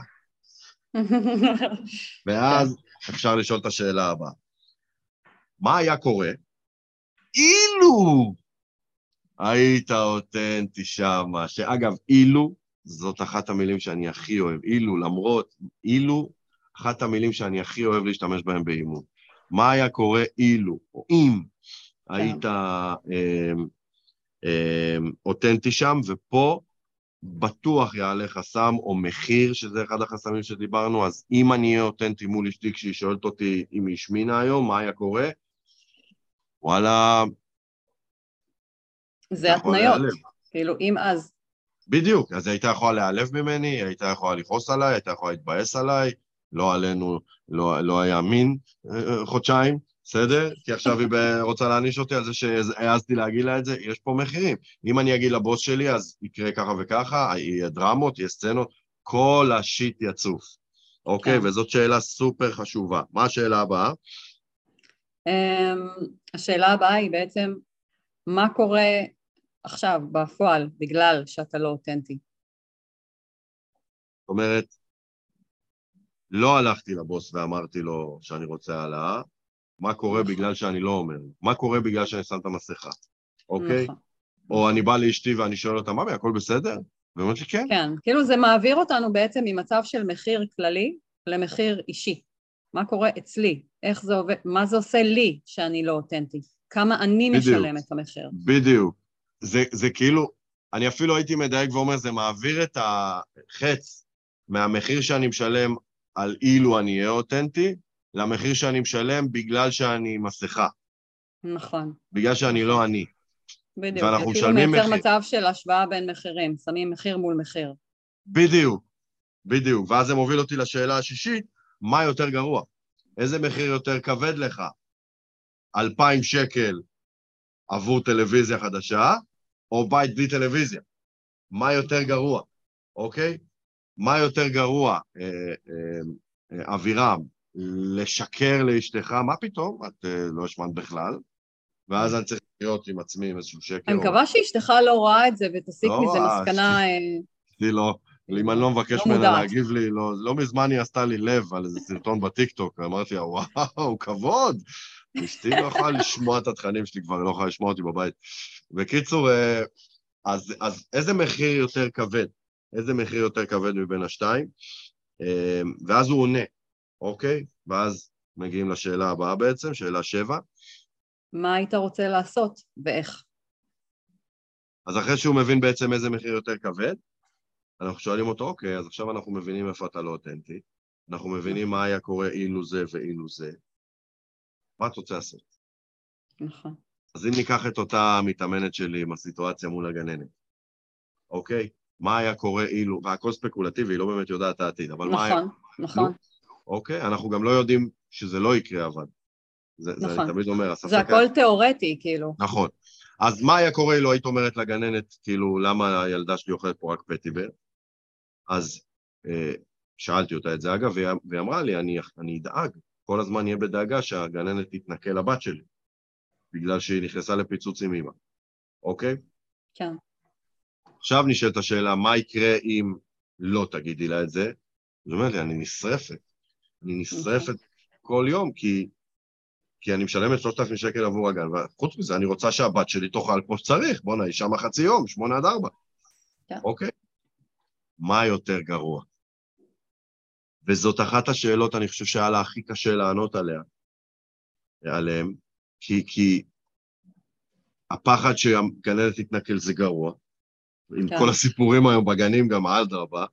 ואז אפשר לשאול את השאלה הבאה. מה היה קורה אילו היית אותנטי שם? שאגב, אילו, זאת אחת המילים שאני הכי אוהב. אילו, למרות, אילו, אחת המילים שאני הכי אוהב להשתמש בהם באימון. מה היה קורה אילו, או אם היית אותנטי שם, ופה בטוח יעלה חסם או מחיר, שזה אחד החסמים שדיברנו, אז אם אני אהיה אותנטי מול אשתי כשהיא שואלת אותי אם היא השמינה היום, מה היה קורה? וואלה, זה התניות, כאילו אם אז. בדיוק, אז הייתה יכולה להיעלב ממני, הייתה יכולה לכעוס עליי, הייתה יכולה להתבאס עליי, לא עלינו, לא היה מין חודשיים, בסדר? כי עכשיו היא רוצה להעניש אותי על זה שהעזתי להגיד לה את זה, יש פה מחירים. אם אני אגיד לבוס שלי, אז יקרה ככה וככה, יהיה דרמות, יהיה סצנות, כל השיט יצוף. אוקיי, וזאת שאלה סופר חשובה. מה השאלה הבאה? השאלה הבאה היא בעצם, מה קורה עכשיו, בפועל, בגלל שאתה לא אותנטי? זאת אומרת, לא הלכתי לבוס ואמרתי לו שאני רוצה העלאה, מה קורה בגלל שאני לא אומר? מה קורה בגלל שאני שם את המסכה? אוקיי? או אני בא לאשתי ואני שואל אותה, ממי, הכל בסדר? ואומרת לי, כן. כן, כאילו זה מעביר אותנו בעצם ממצב של מחיר כללי למחיר אישי. מה קורה אצלי? איך זה עובד? מה זה עושה לי שאני לא אותנטי? כמה אני משלם את המחיר? בדיוק. זה כאילו, אני אפילו הייתי מדייק ואומר, זה מעביר את החץ מהמחיר שאני משלם על אילו אני אהיה אותנטי, למחיר שאני משלם בגלל שאני מסכה. נכון. בגלל שאני לא אני. בדיוק, זה כאילו מייצר מצב של השוואה בין מחירים, שמים מחיר מול מחיר. בדיוק, ואז זה מוביל אותי לשאלה השישית, מה יותר גרוע? איזה מחיר יותר כבד לך? 2,000 שקל עבור טלוויזיה חדשה, או בית בלי טלוויזיה? מה יותר גרוע? אוקיי? מה יותר גרוע, אבירם, לשקר לאשתך? מה פתאום? את לא השמנת בכלל. ואז אני צריך להיות עם עצמי עם איזשהו שקר. אני מקווה שאשתך לא רואה את זה ותסיק מזה מסקנה... לא, אם אני לא מבקש ממנה להגיב לי, לא מזמן היא עשתה לי לב על איזה סרטון בטיקטוק, אמרתי לה, וואו, כבוד! אשתי לא יכולה לשמוע את התכנים שלי כבר, לא יכולה לשמוע אותי בבית. בקיצור, אז איזה מחיר יותר כבד? איזה מחיר יותר כבד מבין השתיים? ואז הוא עונה, אוקיי? ואז מגיעים לשאלה הבאה בעצם, שאלה 7. מה היית רוצה לעשות ואיך? אז אחרי שהוא מבין בעצם איזה מחיר יותר כבד, אנחנו שואלים אותו, אוקיי, אז עכשיו אנחנו מבינים איפה אתה לא אותנטי, אנחנו מבינים מה היה קורה אילו זה ואילו זה. מה את רוצה לעשות? נכון. אז אם ניקח את אותה מתאמנת שלי עם הסיטואציה מול הגננת, אוקיי? מה היה קורה אילו, והכל ספקולטיבי, היא לא באמת יודעת העתיד, אבל מה היה... נכון. אוקיי? אנחנו גם לא יודעים שזה לא יקרה, אבל... זה אני תמיד אומר, זה הכל תיאורטי, כאילו. נכון. אז מה היה קורה אילו היית אומרת לגננת, כאילו, למה הילדה שלי אוכלת פה רק פטיבר? אז שאלתי אותה את זה, אגב, והיא אמרה לי, אני אדאג, כל הזמן יהיה בדאגה שהגננת תתנקה לבת שלי, בגלל שהיא נכנסה לפיצוץ עם אמא. אוקיי? כן. עכשיו נשאלת השאלה, מה יקרה אם לא תגידי לה את זה? זאת אומרת לי, אני נשרפת כל יום, כי אני משלמת 3,000 שקל עבור הגן, וחוץ מזה אני רוצה שהבת שלי תאכל כמו שצריך, בוא נהיה שם חצי יום, 8-4. כן. אוקיי? מה יותר גרוע? וזאת אחת השאלות, אני חושב שהיה לה הכי קשה לענות עליהם, כי הפחד שהגננת תתנקל זה גרוע, עם כל הסיפורים היום בגנים, גם אדרבה,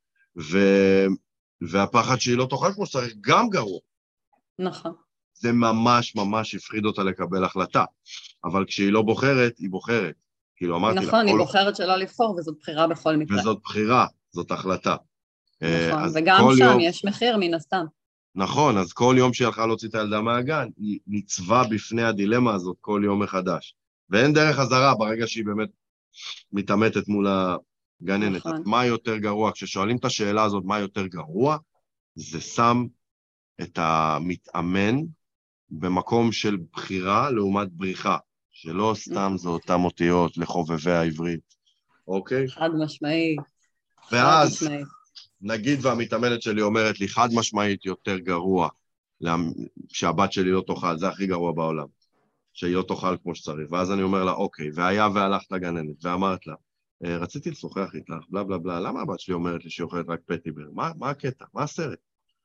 והפחד שהיא לא תאכל כמו שצריך גם גרוע. נכון. זה ממש ממש הפחיד אותה לקבל החלטה, אבל כשהיא לא בוחרת, היא בוחרת. כאילו אמרתי נכון, היא בוחרת שלא לבחור, וזאת בחירה בכל מקרה. וזאת בחירה, זאת החלטה. נכון, וגם שם יש מחיר מן הסתם. נכון, אז כל יום שהיא הלכה להוציא את הילדה מהגן, היא ניצבה בפני הדילמה הזאת כל יום מחדש. ואין דרך חזרה ברגע שהיא באמת מתעמתת מול הגננת. נכון. אז מה יותר גרוע? כששואלים את השאלה הזאת, מה יותר גרוע? זה שם את המתאמן במקום של בחירה לעומת בריחה, שלא סתם זה אותם אותיות לחובבי העברית. אוקיי? חד משמעי. ואז, נגיד והמתאמנת שלי אומרת לי, חד משמעית יותר גרוע, שהבת שלי לא תאכל, זה הכי גרוע בעולם, שהיא לא תאכל כמו שצריך. ואז אני אומר לה, אוקיי, והיה והלכת לגננת, ואמרת לה, רציתי לשוחח איתך, בלה בלה בלה, למה הבת שלי אומרת לי שהיא אוכלת רק פטיבר? מה הקטע? מה הסרט?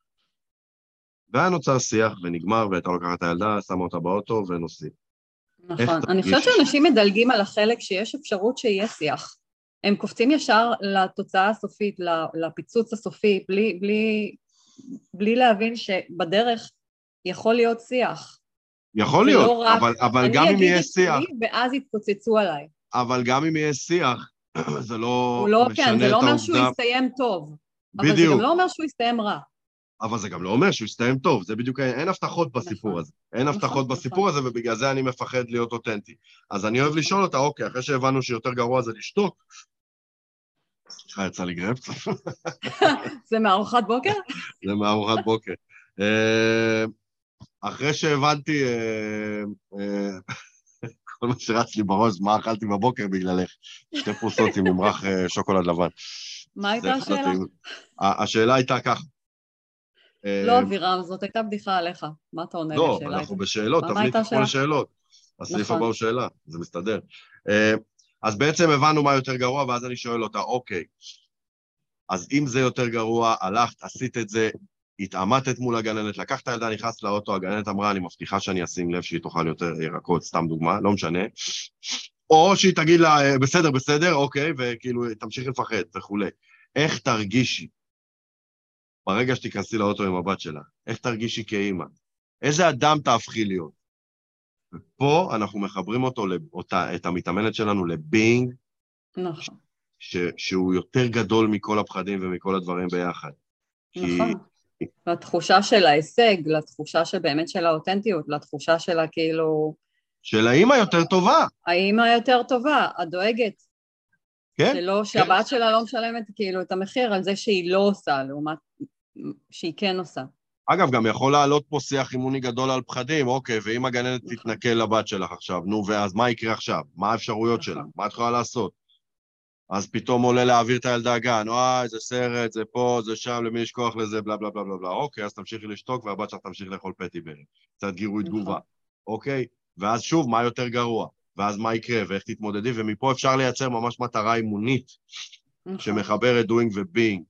והיה נוצר שיח ונגמר, והייתה לוקחת את הילדה, שמה אותה באוטו ונוסעים. נכון, אני חושבת שאנשים מדלגים על החלק שיש אפשרות שיהיה שיח. הם קופצים ישר לתוצאה הסופית, לפיצוץ הסופי, בלי להבין שבדרך יכול להיות שיח. יכול להיות, אבל גם אם יהיה שיח... אני אגיד את שלי ואז יתפוצצו עליי. אבל גם אם יהיה שיח, זה לא משנה את העובדה... כן, זה לא אומר שהוא יסתיים טוב. בדיוק. אבל זה גם לא אומר שהוא יסתיים רע. אבל זה גם לא אומר שהוא יסתיים טוב, זה בדיוק, אין הבטחות בסיפור הזה. אין הבטחות בסיפור הזה, ובגלל זה אני מפחד להיות אותנטי. אז אני אוהב לשאול אותה, אוקיי, אחרי שהבנו שיותר גרוע זה לשתוק, סליחה, יצא לי גרב קצת. זה מארוחת בוקר? זה מארוחת בוקר. אחרי שהבנתי כל מה שרץ לי בראש, מה אכלתי בבוקר בגללך, 2 פרוסות עם ממרח שוקולד לבן. מה הייתה השאלה? השאלה הייתה ככה. לא, אבירם, זאת הייתה בדיחה עליך. מה אתה עונה לשאלה? לא, אנחנו בשאלות, תבנית כל השאלות. הסעיף הבא הוא שאלה, זה מסתדר. אז בעצם הבנו מה יותר גרוע, ואז אני שואל אותה, אוקיי, אז אם זה יותר גרוע, הלכת, עשית את זה, התעמתת מול הגננת, לקחת הילדה, נכנסת לאוטו, הגננת אמרה, אני מבטיחה שאני אשים לב שהיא תאכל יותר ירקות, סתם דוגמה, לא משנה, או שהיא תגיד לה, בסדר, אוקיי, וכאילו תמשיך לפחד וכו'. איך תרגישי ברגע שתיכנסי לאוטו עם הבת שלה? איך תרגישי כאימא? איזה אדם תהפכי להיות? ופה אנחנו מחברים את המתאמנת שלנו לבינג, נכון. שהוא יותר גדול מכל הפחדים ומכל הדברים ביחד. נכון. לתחושה של ההישג, לתחושה שבאמת של האותנטיות, לתחושה של כאילו... של האמא יותר טובה. האמא יותר טובה, הדואגת. כן. שלא, שהבת שלה לא משלמת כאילו את המחיר על זה שהיא לא עושה, לעומת שהיא כן עושה. אגב, גם יכול לעלות פה שיח אימוני גדול על פחדים, אוקיי, ואם הגננת תתנכל לבת שלך עכשיו, נו, ואז מה יקרה עכשיו? מה האפשרויות שלה? מה את יכולה לעשות? אז פתאום עולה להעביר את הילדה הגן, זה סרט, זה פה, זה שם, למי יש כוח לזה, בלה בלה בלה בלה בלה, אוקיי, אז תמשיכי לשתוק, והבת שלך תמשיך לאכול פטי ברי. קצת גירוי תגובה, אוקיי? ואז שוב, מה יותר גרוע? ואז מה יקרה, ואיך תתמודדי, ומפה אפשר לייצר ממש מטרה אימונית, שמחברת doing ו-being.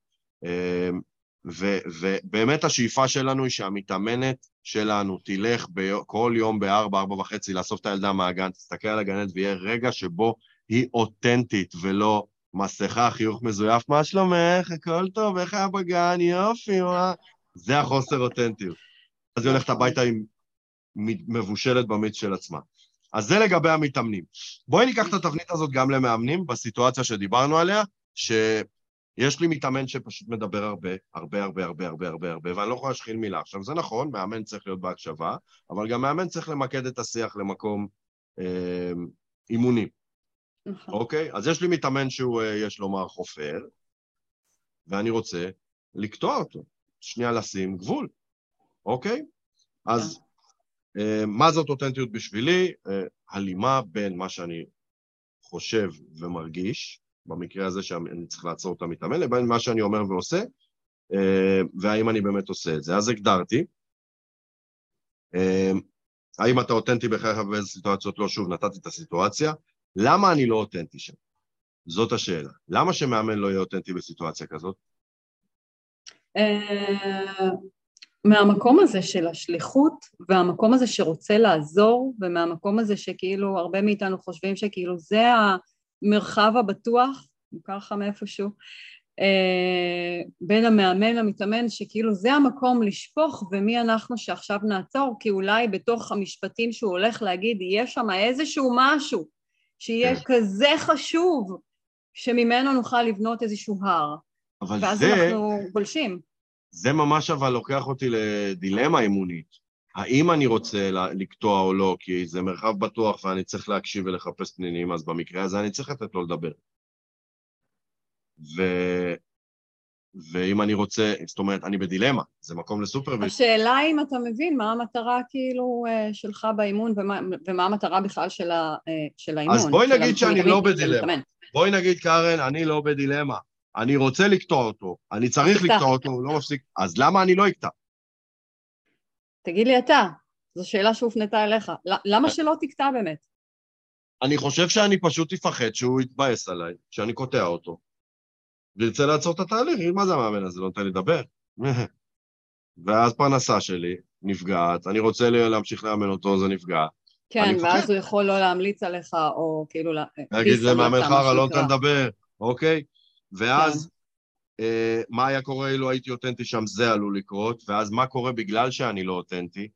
ובאמת השאיפה שלנו היא שהמתאמנת שלנו תלך כל יום ב4:30 לאסוף את הילדה מהגן, תסתכל על הגננת ויהיה רגע שבו היא אותנטית ולא מסכה, חיוך מזויף, מה שלומך, הכל טוב, איך היה בגן, יופי, זה החוסר אותנטיות. אז היא הולכת הביתה עם מבושלת במיץ של עצמה. אז זה לגבי המתאמנים. בואי ניקח את התבנית הזאת גם למאמנים, בסיטואציה שדיברנו עליה, יש לי מתאמן שפשוט מדבר הרבה, ואני לא יכול להשחיל מילה. עכשיו, זה נכון, מאמן צריך להיות בהקשבה, אבל גם מאמן צריך למקד את השיח למקום אימוני. אוקיי? אז יש לי מתאמן שהוא, יש לומר, חופר, ואני רוצה לקטוע אותו, שנייה לשים גבול. אוקיי? אז מה זאת אותנטיות בשבילי? הלימה בין מה שאני חושב ומרגיש, במקרה הזה שאני צריך לעצור את המתאמן, לבין מה שאני אומר ועושה, והאם אני באמת עושה את זה. אז הגדרתי, האם אתה אותנטי בחייך ובאיזה סיטואציות לא, שוב, נתתי את הסיטואציה, למה אני לא אותנטי שם? זאת השאלה. למה שמאמן לא יהיה אותנטי בסיטואציה כזאת? מהמקום הזה של השליחות, והמקום הזה שרוצה לעזור, ומהמקום הזה שכאילו הרבה מאיתנו חושבים שכאילו זה המרחב הבטוח, מוכר לך מאיפשהו, בין המאמן למתאמן, שכאילו זה המקום לשפוך, ומי אנחנו שעכשיו נעצור, כי אולי בתוך המשפטים שהוא הולך להגיד, יהיה שם איזשהו משהו, שיהיה כזה חשוב, שממנו נוכל לבנות איזשהו הר, ואז אנחנו גולשים. זה ממש אבל לוקח אותי לדילמה אימונית. האם אני רוצה לקטוע או לא, כי זה מרחב בטוח ואני צריך להקשיב ולחפש פנינים, אז במקרה הזה אני צריך לתת לו לדבר. ואם אני רוצה, זאת אומרת, אני בדילמה, זה מקום לסופרוויז. השאלה אם אתה מבין מה המטרה כאילו שלך באימון, ומה המטרה בכלל של האימון. אז בואי נגיד שאני לא בדילמה. בואי נגיד, קארן, אני לא בדילמה. אני רוצה לקטוע אותו, אני צריך לקטוע אותו, הוא לא מפסיק. אז למה אני לא אקטע? תגיד לי אתה, זו שאלה שהופנתה אליך. למה שלא תקטע באמת? אני חושב שאני פשוט אפחד שהוא יתבאס עליי, שאני קוטע אותו. וירצה לעצור את התהליך, מה זה המאמן הזה? לא נותן לי לדבר. ואז פרנסה שלי נפגעת, אני רוצה להמשיך לאמן אותו, זה נפגע. כן, ואז הוא יכול לא להמליץ עליך, או כאילו... להגיד למאמן חרא, לא נותן לדבר, אוקיי? ואז, מה היה קורה אילו הייתי אותנטי שם? זה עלול לקרות, ואז מה קורה בגלל שאני לא אותנטי?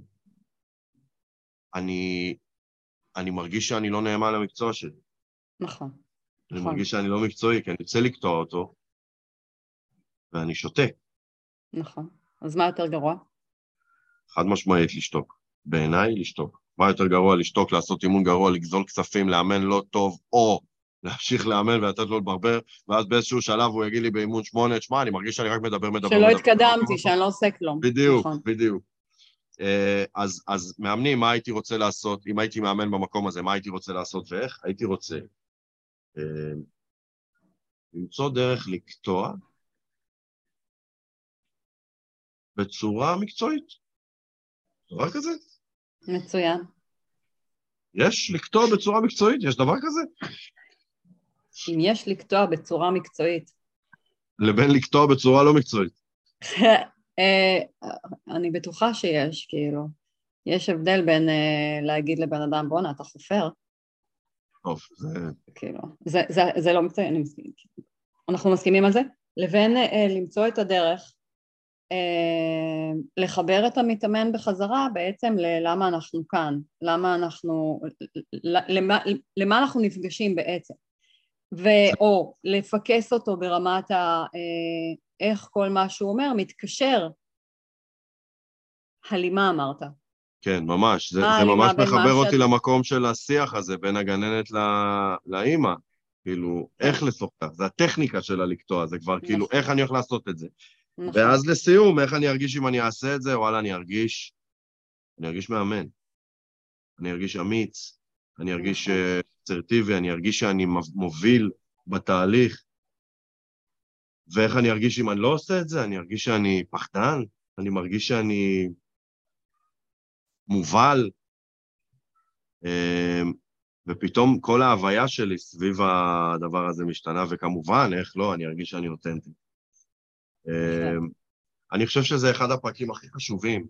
אני מרגיש שאני לא נאמן למקצוע שלי. נכון. אני מרגיש שאני לא מקצועי, כי אני רוצה לקטוע אותו, ואני שותה. נכון. אז מה יותר גרוע? חד משמעית לשתוק. בעיניי לשתוק. מה יותר גרוע? לשתוק, לעשות אימון גרוע, לגזול כספים, לאמן לא טוב, או להמשיך לאמן ולתת לו לברבר, ואז באיזשהו שלב הוא יגיד לי באימון 8, תשמע, אני מרגיש שאני רק מדבר. שלא התקדמתי, שאני לא עושה כלום. בדיוק, בדיוק. אז מאמנים, מה הייתי רוצה לעשות? אם הייתי מאמן במקום הזה, מה הייתי רוצה לעשות ואיך? הייתי רוצה למצוא דרך לקטוע בצורה מקצועית. דבר כזה? מצוין. יש לקטוע בצורה מקצועית? יש דבר כזה? אם יש לקטוע בצורה מקצועית. לבין לקטוע בצורה לא מקצועית. אני בטוחה שיש, כאילו. יש הבדל בין להגיד לבן אדם, בונה, אתה חופר. טוב, זה... כאילו, זה לא מקצועי, אני מסכים. אנחנו מסכימים על זה? לבין למצוא את הדרך לחבר את המתאמן בחזרה בעצם ללמה אנחנו כאן, למה אנחנו נפגשים בעצם, או לפקס אותו ברמת איך כל מה שהוא אומר מתקשר. הלימה אמרת. כן, ממש, זה ממש מחבר אותי למקום של השיח הזה, בין הגננת לאמא, כאילו, איך לשוחח, זה הטכניקה שלה לקטוע, זה כבר כאילו, איך אני הולך לעשות את זה. ואז לסיום, איך אני ארגיש אם אני אעשה את זה, וואלה, אני ארגיש מאמן, אני ארגיש אמיץ, אני ארגיש אסרטיבי, אני ארגיש שאני מוביל בתהליך, ואיך אני ארגיש אם אני לא עושה את זה, אני ארגיש שאני פחדן, אני מרגיש שאני מובל, ופתאום כל ההוויה שלי סביב הדבר הזה משתנה, וכמובן, איך לא, אני ארגיש שאני אותנטי. אני חושב שזה אחד הפרקים הכי חשובים,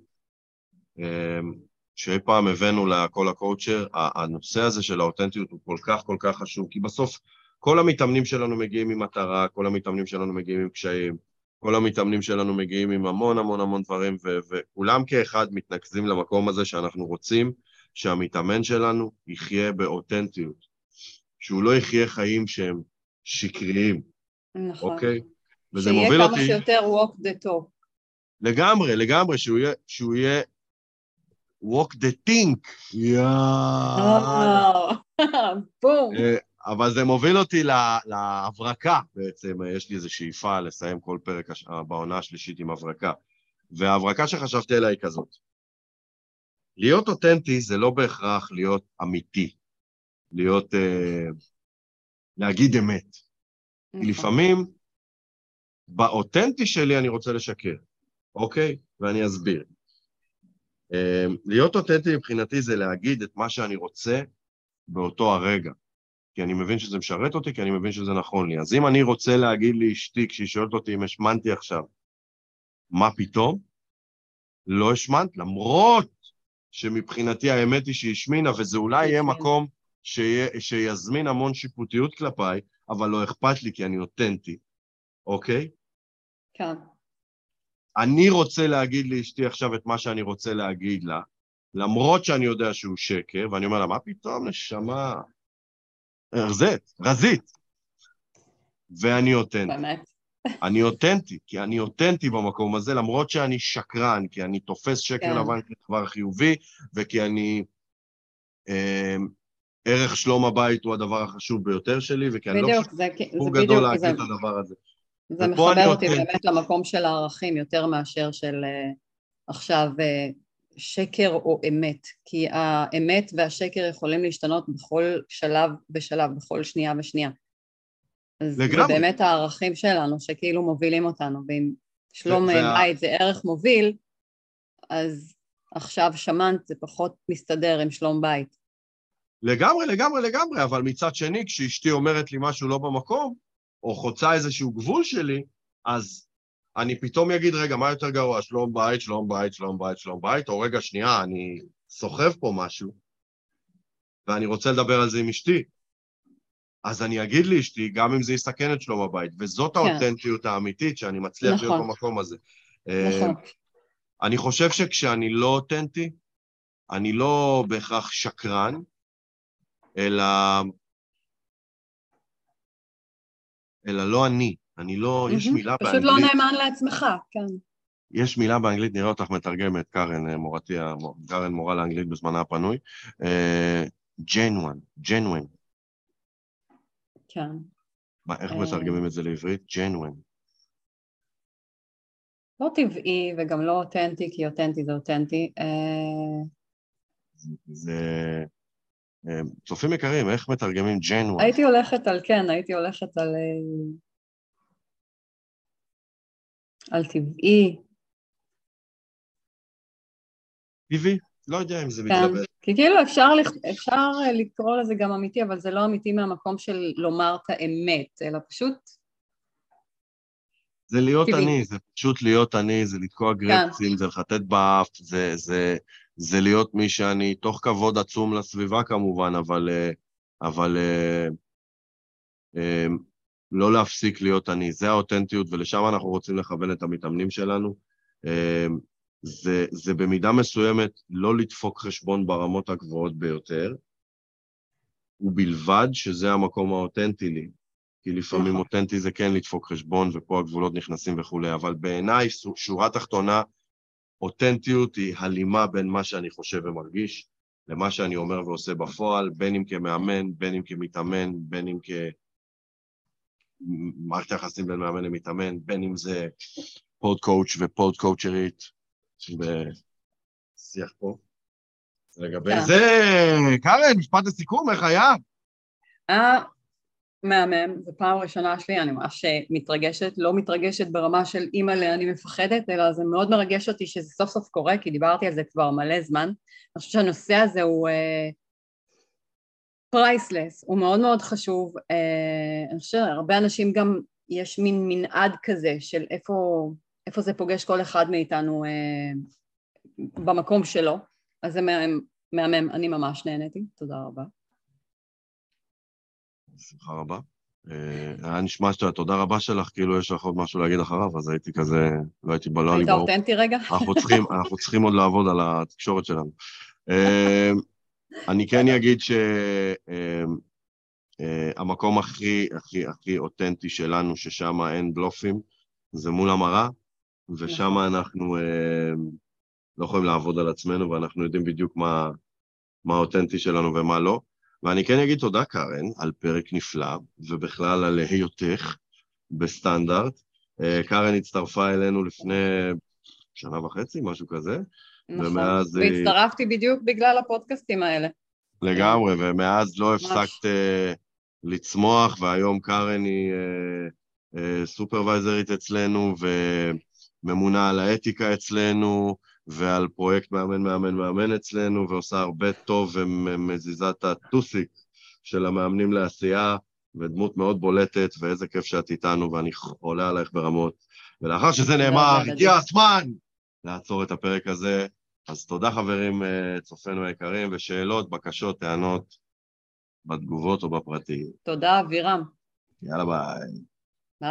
שאי פעם הבאנו לכל הקואוצ'ר, הנושא הזה של האותנטיות הוא כל כך כל כך חשוב, כי בסוף כל המתאמנים שלנו מגיעים עם מטרה, כל המתאמנים שלנו מגיעים עם קשיים, כל המתאמנים שלנו מגיעים עם המון המון המון דברים, וכולם כאחד מתנקזים למקום הזה שאנחנו רוצים שהמתאמן שלנו יחיה באותנטיות, שהוא לא יחיה חיים שהם שקריים. נכון. אוקיי? שיהיה כמה שיותר walk the talk. לגמרי, לגמרי, שהוא יהיה walk the think. בום. אבל זה מוביל אותי להברקה בעצם, יש לי איזו שאיפה לסיים כל פרק בעונה השלישית עם הברקה, וההברקה שחשבתי עליה היא כזאת. להיות אותנטי זה לא בהכרח להיות אמיתי, להגיד אמת. כי לפעמים באותנטי שלי אני רוצה לשקר, אוקיי? ואני אסביר. להיות אותנטי מבחינתי זה להגיד את מה שאני רוצה באותו הרגע. כי אני מבין שזה משרת אותי, כי אני מבין שזה נכון לי. אז אם אני רוצה להגיד לאשתי, כשהיא שואלת אותי אם השמנתי עכשיו, מה פתאום? לא השמנת, למרות שמבחינתי האמת היא שהיא השמינה, וזה אולי יהיה מקום שיזמין המון שיפוטיות כלפיי, אבל לא אכפת לי כי אני אותנטי, אוקיי? כן. אני רוצה להגיד לאשתי עכשיו את מה שאני רוצה להגיד לה, למרות שאני יודע שהוא שקר, ואני אומר לה, מה פתאום, נשמה? רזית. ואני אותנטי. באמת. אני אותנטי, כי אני אותנטי במקום הזה, למרות שאני שקרן, כי אני תופס שקר לבן כדבר חיובי, וכי אני, ערך שלום הבית הוא הדבר החשוב ביותר שלי, וכי אני לא הוא גדול להגיד את הדבר הזה. זה מחבר אותי באמת למקום של הערכים, יותר מאשר של עכשיו שקר או אמת, כי האמת והשקר יכולים להשתנות בכל שלב ושלב, בכל שנייה ושנייה. אז זה באמת הערכים שלנו, שכאילו מובילים אותנו, ואם שלום בית זה ערך מוביל, אז עכשיו שמנת זה פחות מסתדר עם שלום בית. לגמרי, אבל מצד שני, כשאשתי אומרת לי משהו לא במקום, או חוצה איזשהו גבול שלי, אז אני פתאום אגיד, רגע, מה יותר גרוע? שלום בית, שלום בית, שלום בית, שלום בית, או רגע, שנייה, אני סוחב פה משהו, ואני רוצה לדבר על זה עם אשתי. אז אני אגיד לאשתי, גם אם זה יסכן את שלום הבית, וזאת האותנטיות האמיתית שאני מצליח להיות במקום הזה. נכון. אני חושב שכשאני לא אותנטי, אני לא בהכרח שקרן, אלא לא אני לא, יש מילה באנגלית. פשוט לא נאמן לעצמך, כן. יש מילה באנגלית, נראה אותך מתרגמת, קרן, מורתי, קרן מורה לאנגלית בזמנה הפנוי, genuine. כן. איך מתרגמים את זה לעברית? genuine. לא טבעי וגם לא אותנטי, כי אותנטי זה אותנטי. זה... צופים יקרים, איך מתרגמים genuine? הייתי הולכת על טבעי. טבעי? לא יודע אם זה מתלבט. כי כאילו אפשר לקרוא לזה גם אמיתי, אבל זה לא אמיתי מהמקום של לומר את האמת, אלא פשוט... זה להיות אני, זה פשוט להיות אני, זה לתקוע גרפסים, זה לחטט באף, זה להיות מי שאני, תוך כבוד עצום לסביבה כמובן, אבל לא להפסיק להיות אני, זה האותנטיות, ולשם אנחנו רוצים לכוון את המתאמנים שלנו, זה במידה מסוימת לא לדפוק חשבון ברמות הגבוהות ביותר, ובלבד שזה המקום האותנטי לי. כי לפעמים אותנטי זה כן לדפוק חשבון, ופה הגבולות נכנסים וכו', אבל בעיניי, שורה תחתונה, אותנטיות היא הלימה בין מה שאני חושב ומרגיש, למה שאני אומר ועושה בפועל, בין אם כמאמן, בין אם כמתאמן, בין אם כמערכת היחסים בין מאמן למתאמן, בין אם זה פוד קואוץ' ופוד קואוצ'רית, בשיח פה. לגבי זה, קארן, משפט לסיכום, איך היה? מהמם, זו פעם ראשונה שלי, אני ממש מתרגשת, לא מתרגשת ברמה של אימא אני מפחדת, אלא זה מאוד מרגש אותי שזה סוף סוף קורה, כי דיברתי על זה כבר מלא זמן. אני חושבת שהנושא הזה הוא פרייסלס, הוא מאוד מאוד חשוב. אני חושבת שהרבה אנשים גם יש מין מנעד כזה של איפה זה פוגש כל אחד מאיתנו במקום שלו, אז זה מהמם, אני ממש נהניתי, תודה רבה. שמחה רבה. היה נשמע תודה רבה שלך, כאילו יש לך עוד משהו להגיד אחריו, אז הייתי כזה, לא הייתי ברור. היית אותנטי רגע? אנחנו צריכים עוד לעבוד על התקשורת שלנו. אני כן אגיד שהמקום הכי אותנטי שלנו, ששם אין בלופים, זה מול המראה, ושם אנחנו לא יכולים לעבוד על עצמנו, ואנחנו יודעים בדיוק מה האותנטי שלנו ומה לא. ואני כן אגיד תודה, קארן, על פרק נפלא, ובכלל על היותך בסטנדרט. קארן הצטרפה אלינו לפני 1.5 שנה, משהו כזה. נכון, והצטרפתי בדיוק בגלל הפודקאסטים האלה. לגמרי, ומאז לא הפסקת לצמוח, והיום קארן היא סופרוויזרית אצלנו, וממונה על האתיקה אצלנו, ועל פרויקט מאמן אצלנו, ועושה הרבה טוב ומזיזת הטוסיק של המאמנים לעשייה, ודמות מאוד בולטת, ואיזה כיף שאת איתנו, ואני עולה עלייך ברמות. ולאחר שזה נאמר, הגיע הזמן לעצור את הפרק הזה. אז תודה חברים, צופינו היקרים, ושאלות, בקשות, טענות, בתגובות או בפרטים. תודה, אבירם. יאללה ביי.